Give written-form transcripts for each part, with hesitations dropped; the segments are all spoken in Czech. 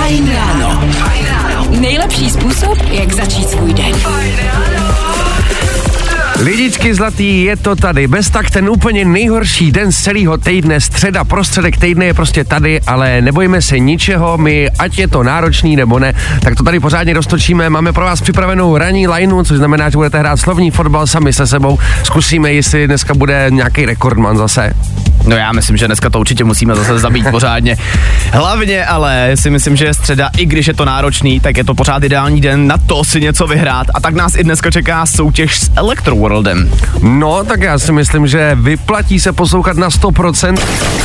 Fajn ráno. Nejlepší způsob, jak začít svůj den. Lidičky zlatý, je to tady. Bez tak ten úplně nejhorší den z celého týdne, středa, prostředek týdne je prostě tady, ale nebojíme se ničeho, my, ať je to náročný nebo ne, tak to tady pořádně roztočíme. Máme pro vás připravenou ranní lineu, což znamená, že budete hrát slovní fotbal sami se sebou. Zkusíme, jestli dneska bude nějaký rekordman zase. No já myslím, že dneska to určitě musíme zase zabít pořádně. Hlavně ale si myslím, že je středa, i když je to náročný, tak je to pořád ideální den na to si něco vyhrát. A tak nás i dneska čeká soutěž s Electroworldem. No, tak já si myslím, že vyplatí se poslouchat na 100%.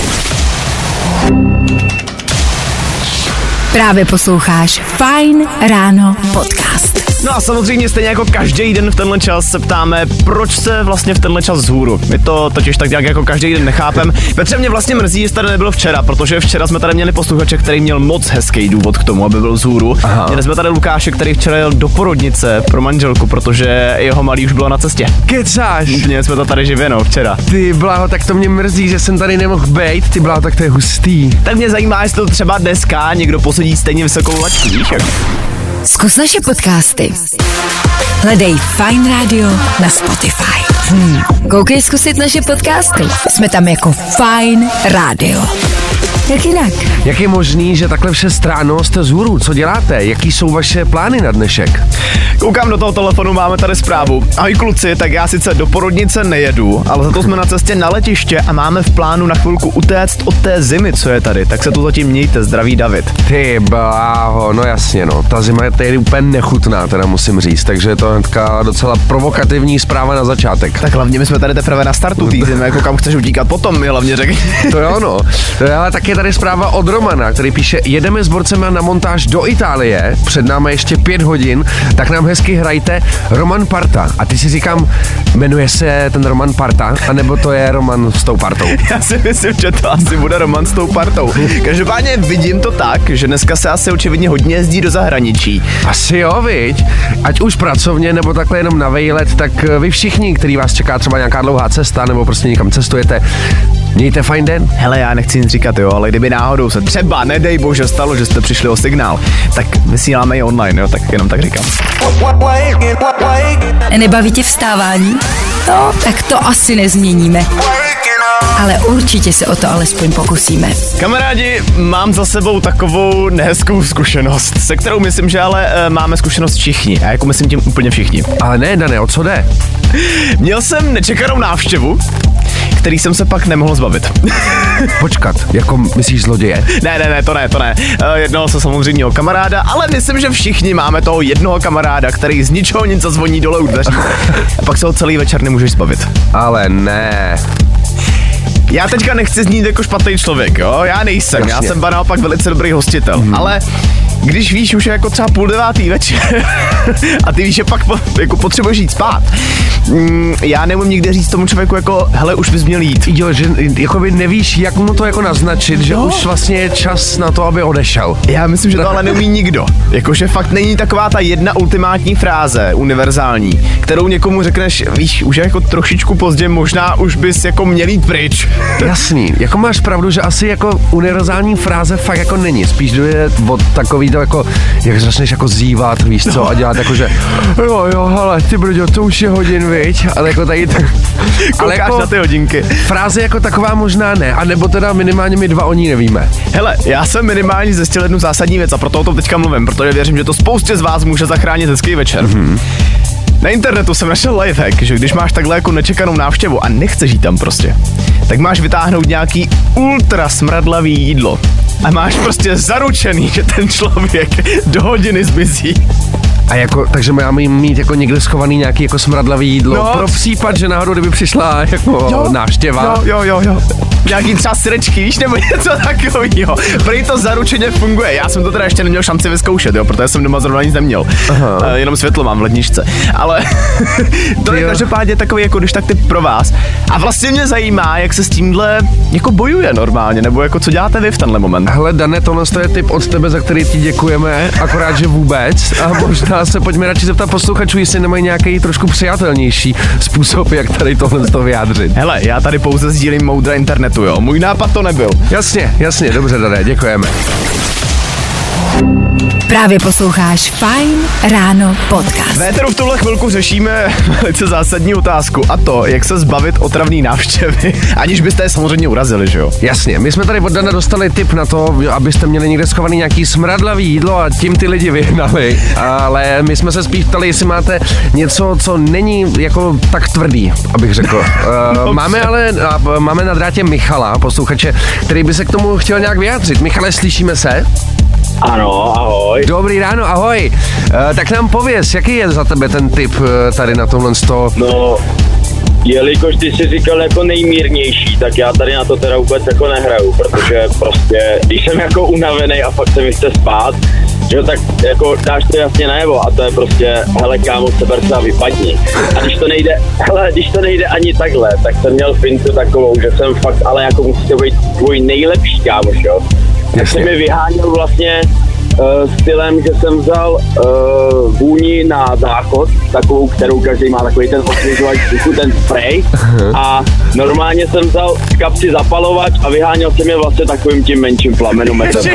Právě posloucháš Fajn ráno podcast. No a samozřejmě stejně jako každý den v tenhle čas se ptáme, proč se vlastně v tenhle čas vzhůru. My to totiž tak nějak jako každý den nechápem. Petře, mě vlastně mrzí, že tady nebylo včera, protože včera jsme tady měli posluchače, který měl moc hezký důvod k tomu, aby byl vzhůru. Měli jsme tady Lukáše, který včera jel do porodnice pro manželku, protože jeho malý už bylo na cestě. Kecáš? Měli jsme to tady živě, no, včera. Ty bláho, tak to mě mrzí, že jsem tady nemohl bejt, ty bláho, tak to je hustý. Tak mě zajímá, jestli to třeba dneska někdo posadí stejně vysokou laťku, víš jak? Zkus naše podcasty. Hledej Fajn rádio na Spotify. Koukej zkusit naše podcasty. Jsme tam jako Fajn rádio. Jak jinak? Jak je možný, že takhle v 6 ráno jste vzhůru? Co děláte? Jaký jsou vaše plány na dnešek? Koukám do toho telefonu, máme tady zprávu. Ahoj kluci, tak já sice do porodnice nejedu, ale za to jsme na cestě na letiště a máme v plánu na chvilku utéct od té zimy, co je tady. Tak se tu zatím mějte, zdraví David. Ty bláho, no jasně no, ta zima je tady úplně nechutná, teda musím říct, takže je to taková docela provokativní zpráva na začátek. Tak hlavně my jsme tady teprve na startu té zimy, jako kam chceš utíkat potom, mi hlavně řekni. To jo no, ale tak je tady zpráva od Romana, který píše, jedeme s borcema na montáž do Itálie, před námi ještě 5 hodin, tak nám hezky hrajte Roman Parta. A ty si říkám, jmenuje se ten Roman Parta, anebo to je Roman s tou partou? Já si myslím, že to asi bude Roman s tou partou. Každopádně vidím to tak, že dneska se asi očividně hodně jezdí do zahraničí. Asi jo, viď? Ať už pracovně, nebo takhle jenom na vejlet, tak vy všichni, který vás čeká třeba nějaká dlouhá cesta, nebo prostě někam cestujete, mějte fajn den. Hele, já nechci nic říkat, jo, ale kdyby náhodou se třeba, nedej bože, stalo, že jste přišli o signál, tak vysíláme i online, jo, tak jenom tak říkám. Nebaví tě vstávání? No, tak to asi nezměníme. Ale určitě se o to alespoň pokusíme. Kamarádi, mám za sebou takovou nehezkou zkušenost, se kterou myslím, že ale máme zkušenost všichni. A jako myslím tím úplně všichni. Ale ne, Dane, o co jde? Měl jsem nečekanou návštěvu, který jsem se pak nemohl zbavit. Počkat, jako myslíš zloděje? Ne, to ne. Jednoho se samozřejmě o kamaráda, ale myslím, že všichni máme toho jednoho kamaráda, který z ničeho nic zazvoní dole u dveří. A pak se ho celý večer nemůžeš zbavit. Ale ne. Já teďka nechci znít jako špatný člověk, jo? Já nejsem, jasně. Já jsem naopak velice dobrý hostitel, ale když víš už jako třeba 8:30 večer a ty víš, že pak jako potřebuješ jít spát, já nemůžu nikdy říct tomu člověku jako, hele, už bys měl jít. Jo, že jako by nevíš, jak mu to jako naznačit, že už vlastně je čas na to, aby odešel. Já myslím, že to ale neumí nikdo. Jakože fakt není taková ta jedna ultimátní fráze, univerzální, kterou někomu řekneš, víš, už je jako trošičku pozdě, možná už bys jako měl jít pryč. Jasný, jako máš pravdu, že asi jako univerzální fráze fakt jako není, spíš jde od takový to jako, jak začneš jako zívat, víš co, a dělat jako, že jo, hele, ty brďo, to už je hodin, viď, ale jako tady tak, ale jako na ty hodinky. Fráze jako taková možná ne, anebo teda minimálně my dva o ní nevíme. Hele, já jsem minimálně zjistil jednu zásadní věc a proto o tom teďka mluvím, protože věřím, že to spoustě z vás může zachránit hezký večer. Na internetu jsem našel lifehack, že když máš takhle jako nečekanou návštěvu a nechceš jít tam prostě, tak máš vytáhnout nějaký ultra smradlavý jídlo. A máš prostě zaručený, že ten člověk do hodiny zmizí. A jako, takže máme mít jako někde schovaný nějaký jako smradlavý jídlo pro případ, že náhodou kdyby přišla jako návštěva. Jo. Nějaký třeba syrečky, víš, nebo něco takového. Prý to zaručeně funguje. Já jsem to teda ještě neměl šanci vyzkoušet, jo, protože jsem doma zrovna nic neměl. Jenom světlo mám v ledničce. Ale to je každopádně takový jako když tak typ pro vás. A vlastně mě zajímá, jak se s tímhle jako bojuje normálně, nebo jako co děláte vy v tenhle moment. Hele, Dane, tohle je tip od tebe, za který ti děkujeme, akorát, že vůbec. A možná se pojďme radši zeptat posluchačů, jestli nemají nějaký trošku přijatelnější způsob, jak tady tohle to vyjádřit. Hele, já tady pouze sdílím moudra internetu, jo. Můj nápad to nebyl. Jasně, dobře, Dane, děkujeme. Právě posloucháš Fajn ráno podcast. V éteru v tuhle chvilku řešíme velice zásadní otázku, a to, jak se zbavit otravný návštěvy, aniž byste je samozřejmě urazili, že jo? Jasně, my jsme tady od Dana dostali tip na to, abyste měli někde schovaný nějaký smradlavý jídlo a tím ty lidi vyhnali, ale my jsme se spíš ptali, jestli máte něco, co není jako tak tvrdý, abych řekl. Máme na drátě Michala, posluchače, který by se k tomu chtěl nějak vyjádřit. Michale, slyšíme se? Ano, ahoj. Dobrý ráno, ahoj. Tak nám pověz, jaký je za tebe ten tip tady na tomhle sto? No, jelikož ty jsi říkal jako nejmírnější, tak já tady na to teda vůbec jako nehraju, protože prostě, když jsem jako unavený a fakt se mi chce spát, že jo, tak jako dáš to jasně najevo a to je prostě, hele kámo, seber se a vypadni. A když to nejde ani takhle, tak jsem měl fintu takovou, že jsem fakt, ale jako musí to být tvůj nejlepší kámoš, jo. Tak se mi vyháněl vlastně stylem, že jsem vzal vůni na záchod, takovou, kterou každý má, takový ten osvěžovač vzduchu, ten spray, a normálně jsem vzal z kapsy zapalovač a vyháněl jsem je vlastně takovým tím menším plamenometem.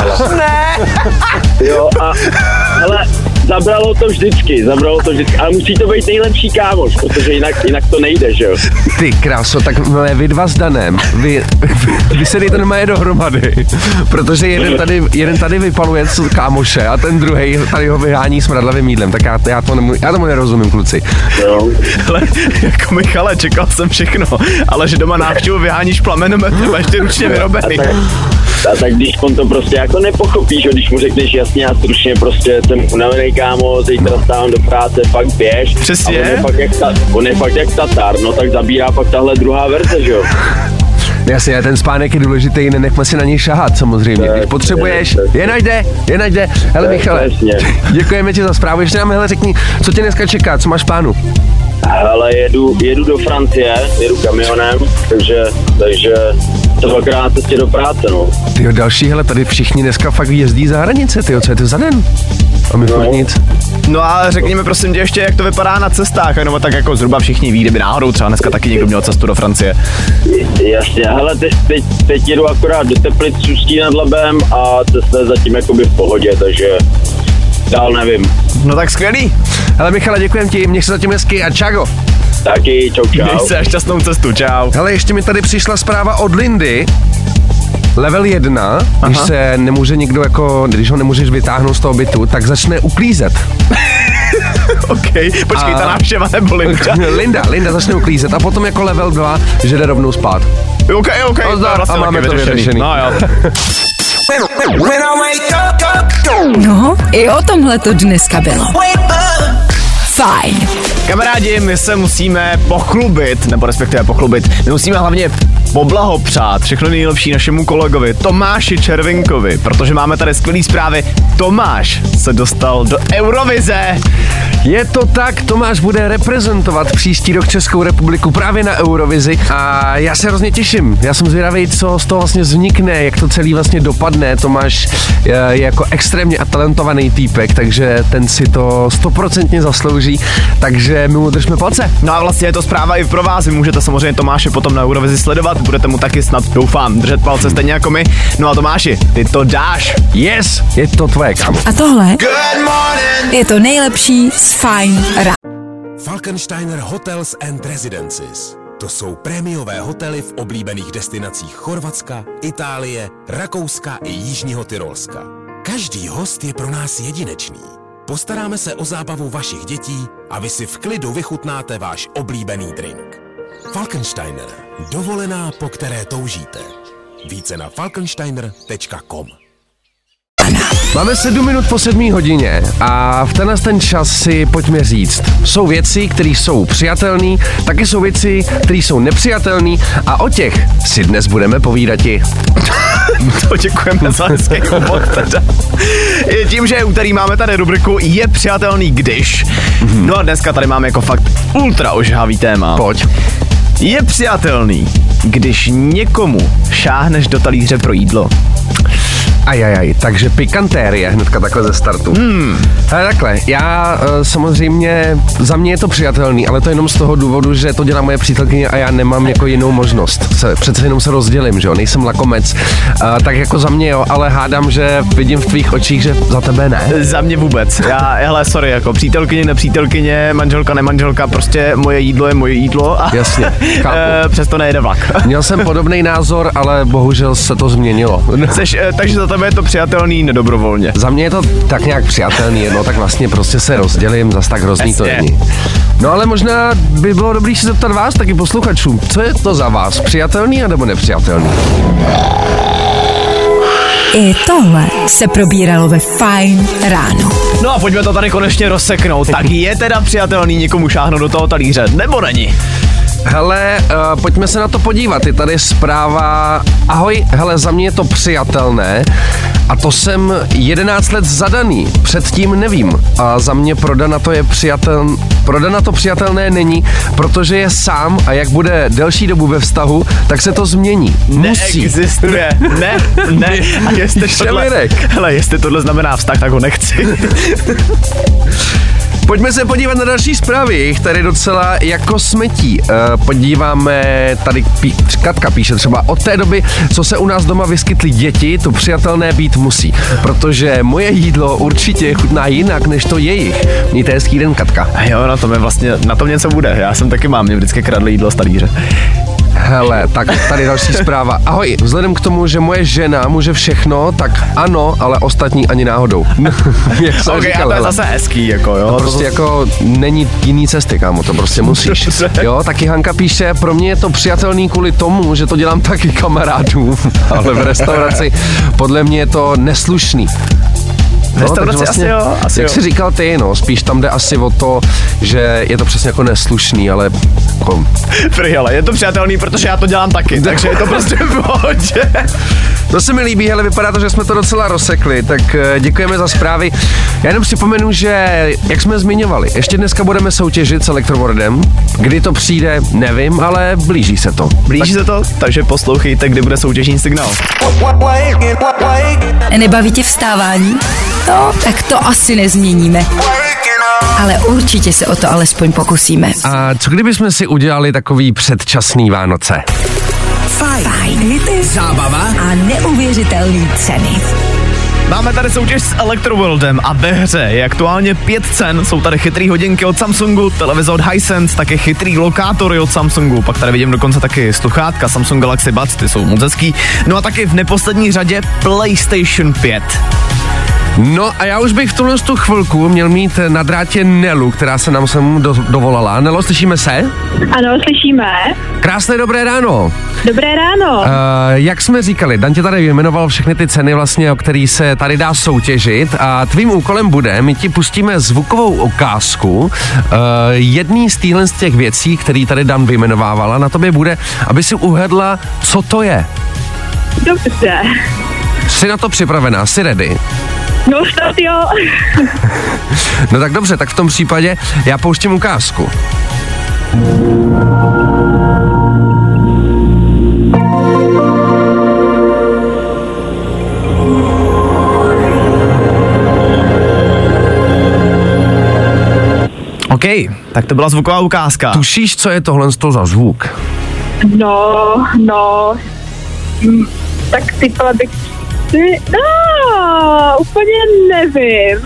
Jo, a hele, zabralo to vždycky, ale musí to být nejlepší kámoš, protože jinak to nejde, že jo. Ty kráso, tak vy dva s Danem, vy se dejte normálně dohromady, protože jeden tady vypaluje kámoše a ten druhej tady ho vyhání smradlavým jídlem, tak já tomu nerozumím, kluci. No. Ale jako Michale, čekal jsem všechno, ale že doma návštěvu vyháníš plamenometem a ještě ručně vyrobený. A tak když on to prostě jako nepochopíš, když mu řekneš jasně a stručně, prostě jsem unavený kámo, zítra stávám do práce, fakt běž. Přesně. On je fakt jak Tatar, no tak zabírá pak tahle druhá verze, že jo. Jasně, ten spánek je důležitý, nenechme si na něj šahat samozřejmě. Když potřebuješ, je najde. Hele Michale, děkujeme ti za zprávu. Ještě nám řekni, co tě dneska čeká, co máš v plánu? Hele, jedu do Francie, jedu kamionem, takže to dvakrát cestě do práce, no. Tyjo, další, hele, tady všichni dneska fakt jezdí za hranice, tyjo, co je to za den? A my furt nic. No a řekněme prosím tě ještě, jak to vypadá na cestách, no tak jako zhruba všichni ví, kdyby náhodou třeba dneska taky někdo měl cestu do Francie. Jasně, hele, teď jedu akorát do Teplic s Ústí nad Labem a cesta je zatím jakoby v pohodě, takže dál nevím. No tak skvělý. Hele Michale, děkujem ti, měj se zatím hezky a čago. Taky, čau. Měj se a šťastnou cestu, čau. Hele, ještě mi tady přišla zpráva od Lindy. Level 1, když se nemůže někdo když ho nemůžeš vytáhnout z toho bytu, tak začne uklízet. OK, počkej, ta návštěva nebo Linda? Linda začne uklízet a potom jako level 2, že jde rovnou spát. OK, a máme to vyřešený. No jo. No, i o tomhle to dneska bylo. Fajn. Kamarádi, my se musíme pochlubit, nebo respektive pochlubit, my musíme hlavně poblahopřát všechno nejlepší našemu kolegovi Tomáši Červinkovi, protože máme tady skvělý zprávy. Tomáš se dostal do Eurovize. Je to tak, Tomáš bude reprezentovat příští rok Českou republiku právě na Eurovizi a já se hrozně těším. Já jsem zvědavý, co z toho vlastně vznikne, jak to celý vlastně dopadne. Tomáš je jako extrémně talentovaný týpek, takže ten si to 100% zaslouží, takže my mu držme palce. No a vlastně je to zpráva i pro vás, vy můžete samozřejmě Tomáše potom na Eurovizi sledovat, budete mu taky snad, doufám, držet palce stejně jako my. No a Tomáši, ty to dáš. Yes, je to tvoje, kámo. A tohle je to nejlepší z Fajn rána. Falkensteiner Hotels and Residences. To jsou prémiové hotely v oblíbených destinacích Chorvatska, Itálie, Rakouska i Jižního Tyrolska. Každý host je pro nás jedinečný. Postaráme se o zábavu vašich dětí a vy si v klidu vychutnáte váš oblíbený drink. Falkensteiner. Dovolená, po které toužíte. Více na falkensteiner.com. Máme 7 minut po 7 hodině a v ten čas si pojďme říct. Jsou věci, které jsou přijatelné, taky jsou věci, které jsou nepřijatelné a o těch si dnes budeme povídati. To děkujeme za hezký úvod teda. Tím, že je úterý, máme tady rubriku Je přijatelný když. No a dneska tady máme jako fakt ultra ožhavý téma. Pojď. Je přijatelný, když někomu šáhneš do talíře pro jídlo? Ajajaj, takže pikantérie hnedka takhle ze startu. Ale takhle, já samozřejmě, za mě je to přijatelný, ale to jenom z toho důvodu, že to dělá moje přítelkyně a já nemám jako jinou možnost. Přece jenom se rozdělím, že jo, nejsem lakomec. Tak jako za mě jo, ale hádám, že vidím v tvých očích, že za tebe ne. Za mě vůbec. Hele, sorry, jako přítelkyně, nepřítelkyně, manželka, nemanželka, prostě moje jídlo je moje jídlo a jasně, chápu. Přesto nejede vlak. Měl jsem podobný názor, ale bohužel se to změnilo. Takže za tebe je to přijatelný nedobrovolně. Za mě je to tak nějak přijatelný, no tak vlastně prostě se rozdělím, zas tak hrozný to není. No ale možná by bylo dobrý si zeptat vás, taky posluchačům, co je to za vás, přijatelný nebo nepřijatelný? I tohle se probíralo ve Fajn ráno. No a pojďme to tady konečně rozseknout. Tak je teda přijatelný někomu šáhnout do toho talíře, nebo není? Hele, pojďme se na to podívat. Je tady zpráva. Ahoj, hele, za mě je to přijatelné a to jsem 11 let zadaný. Předtím nevím. A za mě Prodana to přijatelné není, protože je sám a jak bude delší dobu ve vztahu, tak se to změní. Musí. Neexistuje. Ne. A jestli tohle znamená vztah, tak ho nechci. Pojďme se podívat na další zprávy, jich tady docela jako smetí. Podíváme, tady Katka píše třeba, od té doby, co se u nás doma vyskytly děti, to přijatelné být musí, protože moje jídlo určitě chutná jinak, než to jejich. Mějte hezký den, Katka. Jo, na tom něco bude, já jsem taky mě vždycky kradli jídlo z talíře. Hele, tak tady další zpráva. Ahoj, vzhledem k tomu, že moje žena může všechno, tak ano, ale ostatní ani náhodou. Jak jsem říkal, a to je zase hezký, jako jo. To prostě jako není jiný cesty, kámo, to prostě musíš. Jo, taky Hanka píše, pro mě je to přijatelný kvůli tomu, že to dělám taky kamarádům, ale v restauraci podle mě je to neslušný. Restauraci vlastně, asi jak jsi říkal ty, spíš tam jde asi o to, že je to přesně jako neslušný, ale jako... Ale je to přijatelný, protože já to dělám taky, takže je to prostě v pohodě. To se mi líbí, hele, vypadá to, že jsme to docela rozsekli, tak děkujeme za zprávy. Já jenom připomenu, že jak jsme zmiňovali, ještě dneska budeme soutěžit s Electroworldem. Kdy to přijde, nevím, ale blíží se to. Takže poslouchejte, kdy bude soutěžní signál. Nebaví tě vstávání? No, tak to asi nezměníme. Ale určitě se o to alespoň pokusíme. A co kdybychom si udělali takový předčasný Vánoce? Fajn hity, zábava a neuvěřitelné ceny. Máme tady soutěž s Electroworldem a ve hře je aktuálně 5 cen. Jsou tady chytrý hodinky od Samsungu, televize od Hisense, taky chytrý lokátory od Samsungu. Pak tady vidím dokonce taky sluchátka Samsung Galaxy Buds, ty jsou moc hezký. No a taky v neposlední řadě PlayStation 5. No a já už bych v tuhle chvilku měl mít na drátě Nelu, která se nám sem dovolala. Nelo, slyšíme se? Ano, slyšíme. Krásné dobré ráno. Dobré ráno. Jak jsme říkali, Dan tě tady vyjmenoval všechny ty ceny vlastně, o který se tady dá soutěžit a tvým úkolem bude, my ti pustíme zvukovou ukázku jedný z těch věcí, který tady Dan vyjmenovávala, na tobě bude, aby si uhedla, co to je. Dobře. Jsi na to připravená, jsi ready? No snad jo. No tak dobře, tak v tom případě já pouštím ukázku. OK, tak to byla zvuková ukázka. Tušíš, co je tohle za zvuk? No. Tak typala bych si... úplně nevím.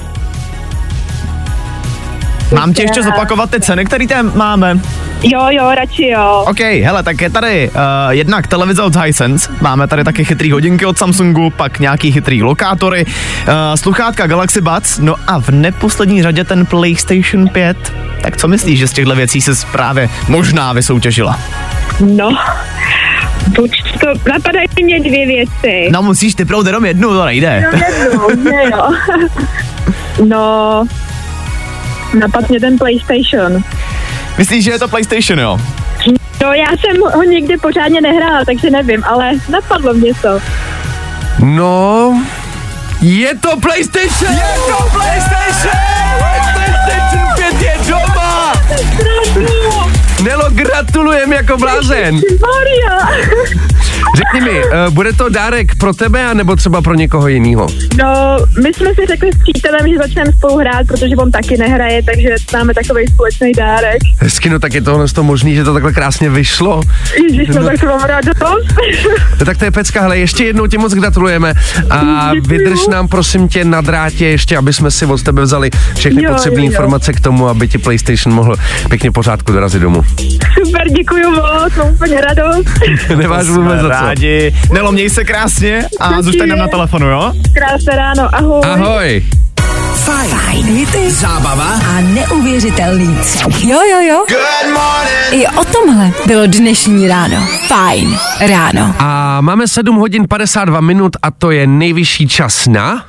Mám ti ještě zopakovat ty ceny, které tam máme? Jo, radši jo. OK, hele, tak je tady jednak televize od Hisense, máme tady taky chytrý hodinky od Samsungu, pak nějaký chytrý lokátory, sluchátka Galaxy Buds, no a v neposlední řadě ten PlayStation 5. Tak co myslíš, že z těchto věcí se právě možná vysoutěžila? No, napadají mě 2 věci. No musíš typnout jenom jednu, to nejde. Jo. No, napad mě ten PlayStation. Myslíš, že je to PlayStation, jo? No, já jsem ho nikdy pořádně nehrála, takže nevím, ale napadlo mě to. No, je to PlayStation! Je to PlayStation! PlayStation 5 je doma! Zdravím! Nelo, gratulujem jako blázen! Maria! Řekni mi, bude to dárek pro tebe, anebo třeba pro někoho jiného? No, my jsme si řekli s přítelem, že začneme spolu hrát, protože on taky nehraje, takže máme takový společný dárek. Hezky, no tak je tohle možný, že to takhle krásně vyšlo. Ježiš, no tak to mám radost. Tak to je pecka, hele, ještě jednou ti moc gratulujeme a vydrž nám prosím tě na drátě ještě, aby jsme si od tebe vzali všechny potřebné informace k tomu, aby ti PlayStation mohl pěkně pořádku dorazit domů. Super, děkuju moc, mám úplně radost. Nemáš vůbec za co. Rádi. Nelo, měj se krásně a zůstaň nám na telefonu, jo? Krásné ráno, ahoj. Ahoj. Fajn hity, zábava a neuvěřitelný. Jo. Good morning. I o tomhle bylo dnešní ráno. Fajn ráno. A máme 7 hodin 52 minut a to je nejvyšší čas na...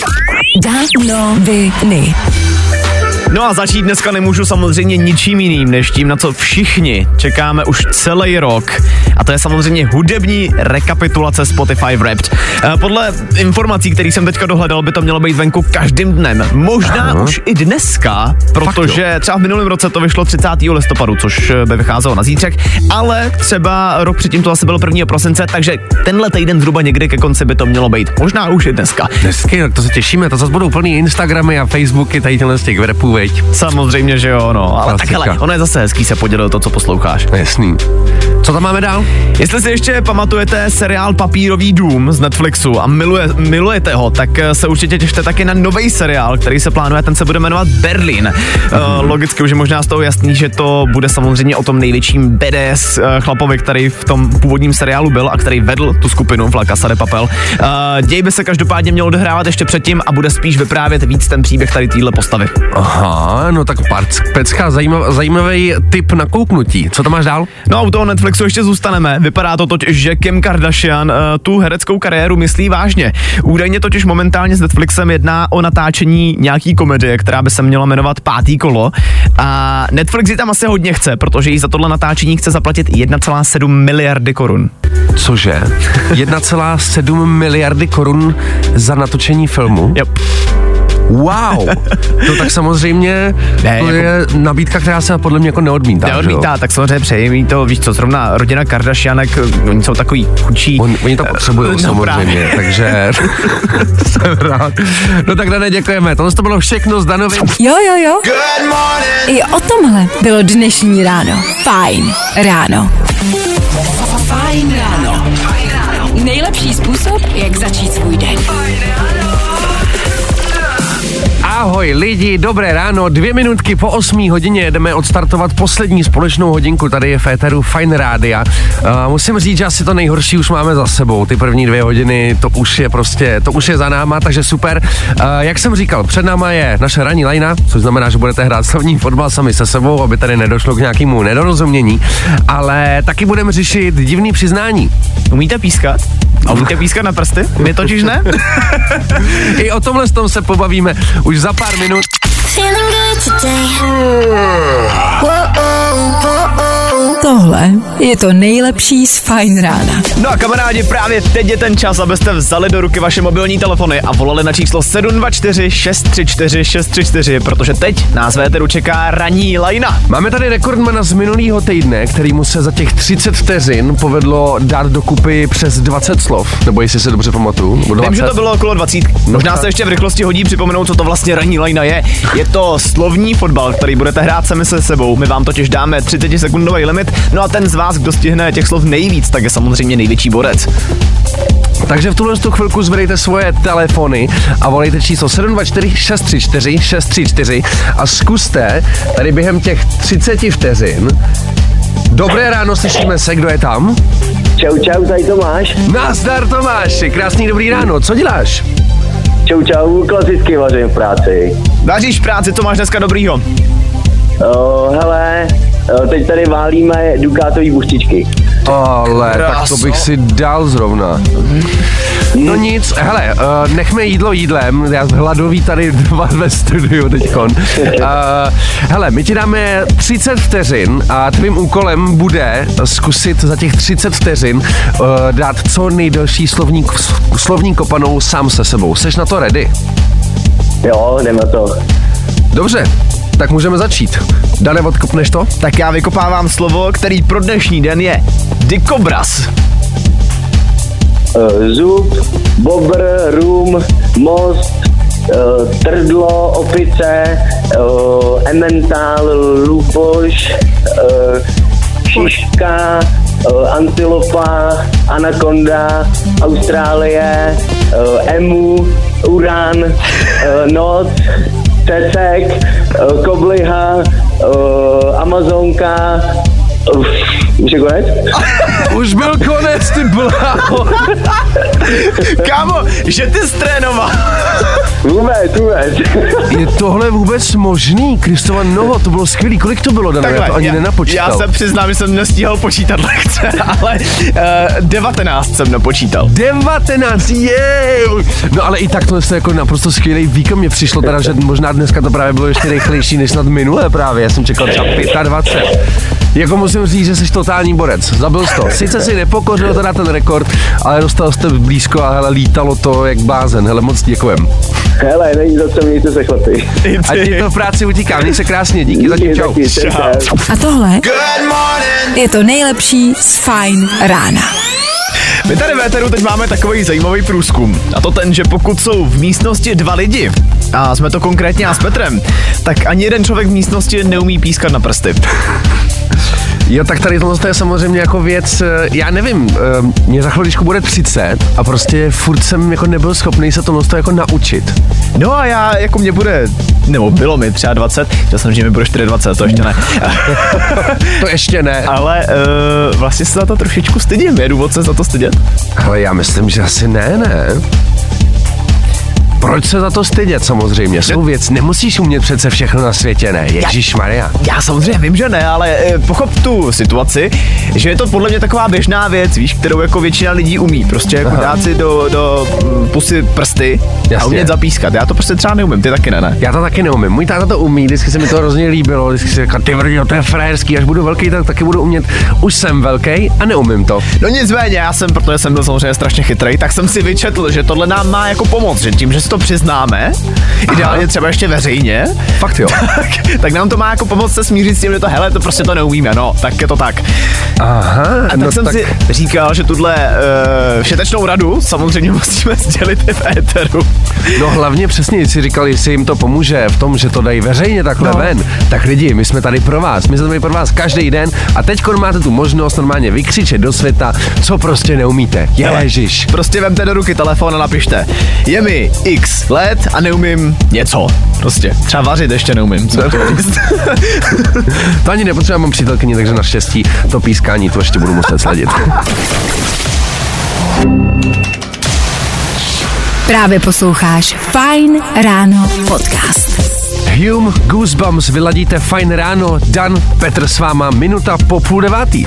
Danoviny. No a začít dneska nemůžu samozřejmě ničím jiným, než tím, na co všichni čekáme už celý rok. A to je samozřejmě hudební rekapitulace Spotify Wrapped. Podle informací, které jsem teďka dohledal, by to mělo být venku každým dnem. Možná už i dneska, protože třeba v minulém roce to vyšlo 30. listopadu, což by vycházelo na zítřek, ale třeba rok předtím to asi bylo 1. prosince, takže tenhle týden zhruba někdy ke konci by to mělo být. Možná už i dneska. Dnesky, to se těšíme, to zase budou plný Instagramy a Facebooky tady z těch wrapů, veď. Samozřejmě, že jo, no, ale takhle, ono je zase hezký se podělit o to, co posloucháš. Jasný. Co tam máme dál? Jestli si ještě pamatujete seriál Papírový dům z Netflixu a milujete ho, tak se určitě těšte taky na nový seriál, který se plánuje, ten se bude jmenovat Berlín. Logicky už je možná z toho jasný, že to bude samozřejmě o tom největším badass chlapovi, který v tom původním seriálu byl a který vedl tu skupinu v La Casa de Papel. Děj by se každopádně mělo dohrávat ještě předtím a bude spíš vyprávět víc ten příběh tady téhle postavy. Aha, no tak pecka, zajímavý tip na kouknutí. Co tam máš dál? No a u toho Netflixu ještě zůstaneme. Vypadá to totiž, že Kim Kardashian tu hereckou kariéru myslí vážně. Údajně totiž momentálně s Netflixem jedná o natáčení nějaký komedie, která by se měla jmenovat Pátý kolo. A Netflix ji tam asi hodně chce, protože jí za tohle natáčení chce zaplatit 1,7 miliardy korun. Cože? 1,7 miliardy korun za natočení filmu? Yep. Wow, to tak samozřejmě to je nabídka, která se podle mě jako neodmítá. Neodmítá, tak samozřejmě přeji to, víš co, zrovna rodina Kardashianek, oni jsou takový chudší. Oni to potřebují samozřejmě, takže jsem rád. No tak Dané, děkujeme, tohle to bylo všechno z Danovin. Jo. Good morning. I o tomhle bylo dnešní ráno. Fajn ráno. Fajn ráno. Nejlepší způsob, jak začít svůj den. Ahoj lidi, dobré ráno, 2 minutky po 8 hodině jdeme odstartovat poslední společnou hodinku, tady je v éteru Fajn rádia. Musím říct, že asi to nejhorší už máme za sebou, ty první 2 hodiny, to už je za náma, takže super. Jak jsem říkal, před náma je naše ranní lajna, což znamená, že budete hrát slavní fotbal sami se sebou, aby tady nedošlo k nějakému nedorozumění, ale taky budeme řešit divný přiznání. Umíte pískat? A umíte pískat na prsty? My totiž ne? I o tomhle s tom se pobavíme už za pár minut. Tohle je to nejlepší z Fajn rána. No a kamarádi, právě teď je ten čas, abyste vzali do ruky vaše mobilní telefony a volali na číslo 724 634 634, protože teď nás v éteru čeká ranní lajna. Máme tady rekordmana z minulého týdne, kterýmu se za těch 30 vteřin povedlo dát dokupy přes 20 slov, nebo jestli se dobře pamatuju. Vím, že to bylo okolo 20. Možná se ještě v rychlosti hodí připomenout, co to vlastně ranní lajna je. Je to slovní fotbal, který budete hrát sami se sebou. My vám totiž dáme 30-sekundový limit, no a ten z vás, kdo stihne těch slov nejvíc, tak je samozřejmě největší borec. Takže v tuhle chvilku zvedejte svoje telefony a volejte číslo 724 634 634 a zkuste tady během těch 30 vteřin. Dobré ráno, slyšíme se, kdo je tam? Čau, tady Tomáš. Nazdar Tomáši, krásný dobrý ráno, co děláš? Čau, klasicky vařím v práci. Vaříš v práci, co máš dneska dobrýho? Hele, teď tady válíme dukátový buštičky. Ale, tak to bych si dal zrovna. No nic, hele, nechme jídlo jídlem, já hladový tady ve studiu teďkon. Hele, my ti dáme 30 vteřin a tvým úkolem bude zkusit za těch 30 vteřin dát co nejdelší slovní kopanou sám se sebou. Seš na to ready? Jo, jdeme to. Dobře, tak můžeme začít. Dane, odkopneš to? Tak já vykopávám slovo, který pro dnešní den je dikobraz. zub, bobr, rum, most, trdlo, opice, emmental, lupoš, šiška, antilopa, anakonda, Austrálie, emu, uran, noc, cecek, kobliha, amazonka. Už je konec? Už byl konec, ty bláho. Kámo, že ty strénoval. Vůbec. Je tohle vůbec možný? Kristova noho, to bylo skvělý. Kolik to bylo, Dano? Já to ani nenapočítal. Já se přiznám, že jsem nestíhal počítat lekce, ale 19 jsem napočítal. 19, jej! No ale i tak to je jako naprosto skvělý výkon. Mně přišlo teda, že možná dneska to právě bylo ještě rychlejší než snad minulé právě. Já jsem čekal třeba 25. Jako musím říct, že jsi totální borec. Zabil jsi to. Sice si nepokořil teda ten rekord, ale dostal jste blízko a hele, lítalo to jak blázen. Hele, moc děkujem. Hele, není za co, mějte se chlapi. A ti to v práci utíká. Měj se krásně, díky zatím, čau. A tohle je to nejlepší z Fajn rána. My tady v éteru teď máme takový zajímavý průzkum. A to ten, že pokud jsou v místnosti 2 lidi, a jsme to konkrétně já s Petrem, tak ani jeden člověk v místnosti neumí pískat na prsty. Jo, tak tady tohle je samozřejmě jako věc, já nevím, mě za chviličku bude 30 a prostě furt jsem jako nebyl schopný se tohle jako naučit. No a já, jako mě bude, nebo bylo mi třeba 20, já jsem, že mi bude 24, to ještě ne. To ještě ne. Ale vlastně se za to trošičku stydím, je důvod se za to stydět? Ale já myslím, že asi ne. Proč se za to stydět samozřejmě? Jsou věc, nemusíš umět přece všechno na světě, ne? Ježišmarja. Já samozřejmě vím, že ne, ale pochop tu situaci, že je to podle mě taková běžná věc, víš, kterou jako většina lidí umí. Prostě jako dát si do pusy prsty. Jasně. A umět zapískat. Já to prostě třeba neumím, ty taky ne? Já to taky neumím. Můj táta to umí, vždycky se mi to hrozně líbilo, vždycky si říkal, ty vrdio, to je frajerský, až budu velký, tak taky budu umět. Už jsem velký a neumím to. No nicméně, já jsem, protože jsem byl samozřejmě strašně chytrý, tak jsem si vyčetl, že tohle nám má jako pomoct, že tím, že to přiznáme, ideálně třeba ještě veřejně. Fakt jo. tak nám to má jako pomoct se smířit s tím, že to hele, to prostě to neumíme, no, tak je to tak. Aha. A tak no jsem si říkal, že tuhle všetečnou radu samozřejmě musíme sdělit i v éteru. No hlavně přesně, když si říkal, jestli jim to pomůže v tom, že to dají veřejně takhle ven, tak lidi, my jsme tady pro vás, každý den a teď máte tu možnost normálně vykřičet do světa, co prostě neumíte. Ježiš. Prostě vemte do ruky telefon a napište, je mi x let a neumím něco. Prostě. Třeba vařit ještě neumím. To ani nepotřeba, mám přítelkyni, takže naštěstí to pískání to ještě budu muset sledit. Právě posloucháš Fajn ráno podcast. Hume, Goosebumps, vyladíte Fajn ráno, Dan, Petr s váma, minuta po 8:30.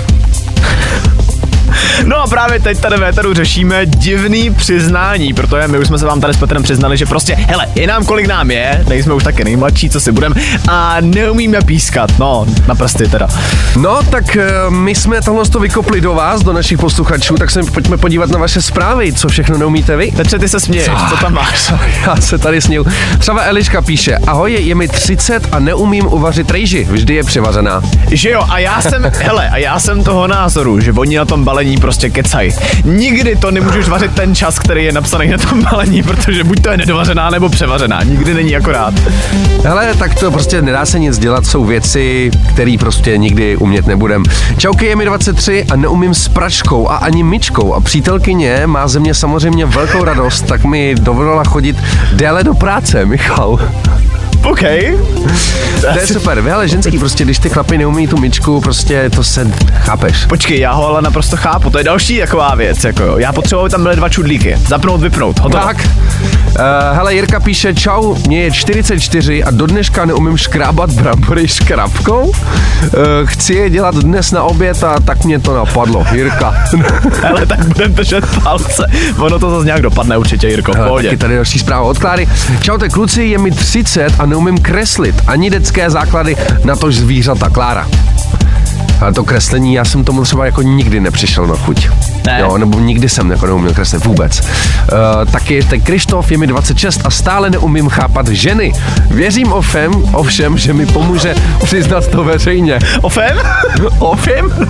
No a právě teď tady v éteru řešíme divný přiznání, protože my už jsme se vám tady s Petrem přiznali, že prostě, hele, je nám kolik nám je, nejsme už taky nejmladší, co si budem, a neumíme pískat, no, na prsty teda. No, tak my jsme tohle vykopli do vás, do našich posluchačů, tak se pojďme podívat na vaše zprávy, co všechno neumíte vy. Petře, ty se směješ, co tam máš? Já se tady směju. Třeba Eliška píše, ahoj, je mi 30 a neumím uvařit rejži, vždy je přivařená. Že jo, a já jsem toho názoru, že oni na tom balení prostě kecaj. Nikdy to nemůžeš vařit ten čas, který je napsaný na tom balení, protože buď to je nedovařená nebo převařená. Nikdy není akorát. Hele, tak to prostě nedá se nic dělat, jsou věci, které prostě nikdy umět nebudem. Čauky, je mi 23 a neumím s pračkou a ani myčkou a přítelkyně má ze mě samozřejmě velkou radost, tak mi dovolila chodit déle do práce, Michal. OK. To je super, vy ale ženský, prostě když ty chlapi neumí tu myčku, prostě to se chápeš. Počkej, já ho ale naprosto chápu, to je další taková věc, jako jo. Já potřebuji tam byly 2 čudlíky, zapnout, vypnout, hotovo. Tak, hele, Jirka píše, čau, mě je 44 a do dneška neumím škrábat brambory škrabkou. Chci je dělat dnes na oběd a tak mě to napadlo, Jirka. Hele, tak budem držet palce, ono to zase nějak dopadne určitě, Jirko, v pohodě. Taky tady další zpráva od Kláry. Čaute kluci, je mi 30 a neumím kreslit, ani dětské základy, natož zvířata, Klára. Ale to kreslení, já jsem tomu třeba jako nikdy nepřišel na chuť. Ne. Jo, nebo nikdy jsem jako neuměl kreslit vůbec. Taky ještě Krištof, je mi 26 a stále neumím chápat ženy. Věřím ovšem, že mi pomůže přiznat to veřejně. Ovšem?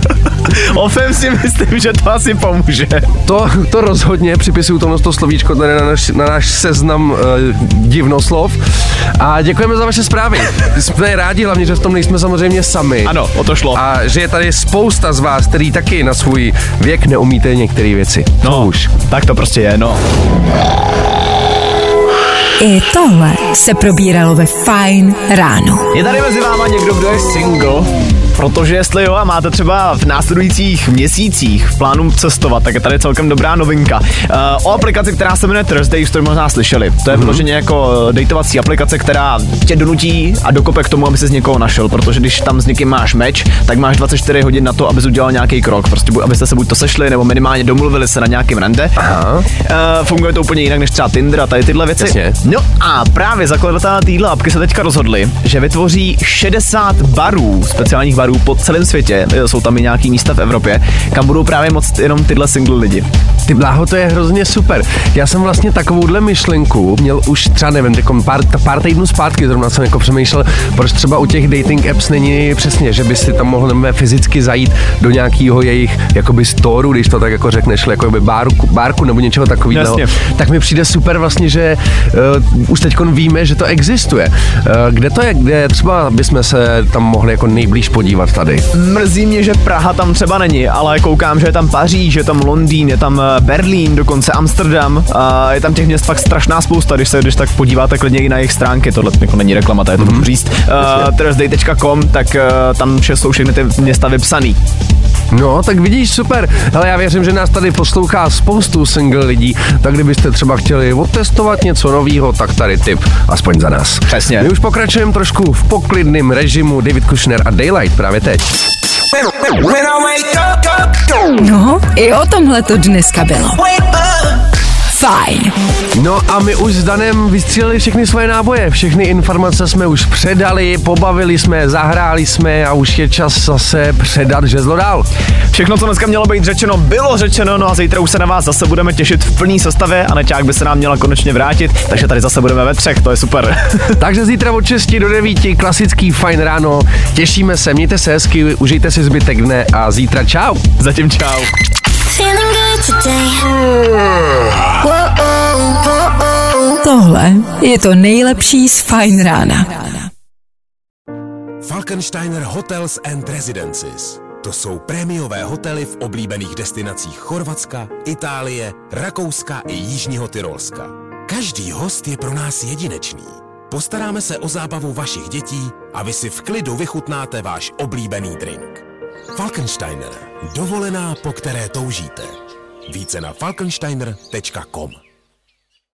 Ofem si myslím, že to asi pomůže. To rozhodně, připisuju to slovíčko tady na náš seznam divnoslov. A děkujeme za vaše zprávy. Jsme rádi, hlavně, že v tom nejsme samozřejmě sami. Ano, o to šlo. A že je tady spousta z vás, který taky na svůj věk neumíte některé věci. No, už. Tak to prostě je, no. I tohle se probíralo ve Fajn ráno. Je tady mezi váma někdo, kdo je single? Protože jestli jo a máte třeba v následujících měsících v plánu cestovat, tak je tady celkem dobrá novinka. O aplikaci, která se jmenuje Thursday, už jste možná slyšeli. To je vyloženě jako dejtovací aplikace, která tě donutí a dokope k tomu, aby se z někoho našel, protože když tam s někým máš meč, tak máš 24 hodin na to, abys udělal nějaký krok. Prostě abyste se buď to sešli, nebo minimálně domluvili se na nějakým rande. Funguje to úplně jinak než třeba Tinder a tady tyhle věci. Jasně. No a právě zakladatelé téhle apky se teďka rozhodli, že vytvoří 60 barů, speciálních barů po celém světě, jsou tam i nějaký místa v Evropě, kam budou právě moc jenom tyhle single lidi. Ty bláho, to je hrozně super. Já jsem vlastně takovouhle myšlenku měl už třeba, nevím, pár týdnů zpátky, zrovna jsem jako přemýšlel, proč třeba u těch dating apps není přesně, že bys si tam mohl fyzicky zajít do nějakého jejich jakoby storu, když to tak jako řekneš, jakoby bárku nebo něčeho takového. Tak mi přijde super vlastně, že už teďkon víme, že to existuje. Kde to je, kde třeba bychom se tam mohli jako nejblíž podívat tady? Mrzí mě, že Praha tam třeba není, ale koukám, že je tam Paříž, je tam Londýn, je tam Berlín, dokonce Amsterdam, je tam těch měst fakt strašná spousta, když tak podíváte klidně i na jejich stránky, tohle jako není reklama, to je to můžu říct, thursday.com, tak tam jsou všechny ty města vypsaný. No, tak vidíš, super. Ale já věřím, že nás tady poslouchá spoustu single lidí, tak kdybyste třeba chtěli odtestovat něco novýho, tak tady tip, aspoň za nás. Přesně. My už pokračujeme trošku v poklidném režimu David Kushner a Daylight právě teď. No, i o tomhle to dneska bylo. Fajn. No a my už s Danem vystříleli všechny svoje náboje, všechny informace jsme už předali, pobavili jsme, zahráli jsme a už je čas zase předat žezlo dál. Všechno, co dneska mělo být řečeno, bylo řečeno, no a zítra už se na vás zase budeme těšit v plný sestavě a Neťák by se nám měla konečně vrátit, takže tady zase budeme ve třech, to je super. Takže zítra od 6 do 9, klasický Fajn ráno, těšíme se, mějte se hezky, užijte si zbytek dne a zítra čau. Zatím čau. Tohle je to nejlepší z Fajn rána. Falkensteiner Hotels and Residences. To jsou prémiové hotely v oblíbených destinacích Chorvatska, Itálie, Rakouska i Jižního Tyrolska. Každý host je pro nás jedinečný. Postaráme se o zábavu vašich dětí a vy si v klidu vychutnáte váš oblíbený drink. Falkensteiner. Dovolená, po které toužíte. Více na falkensteiner.com.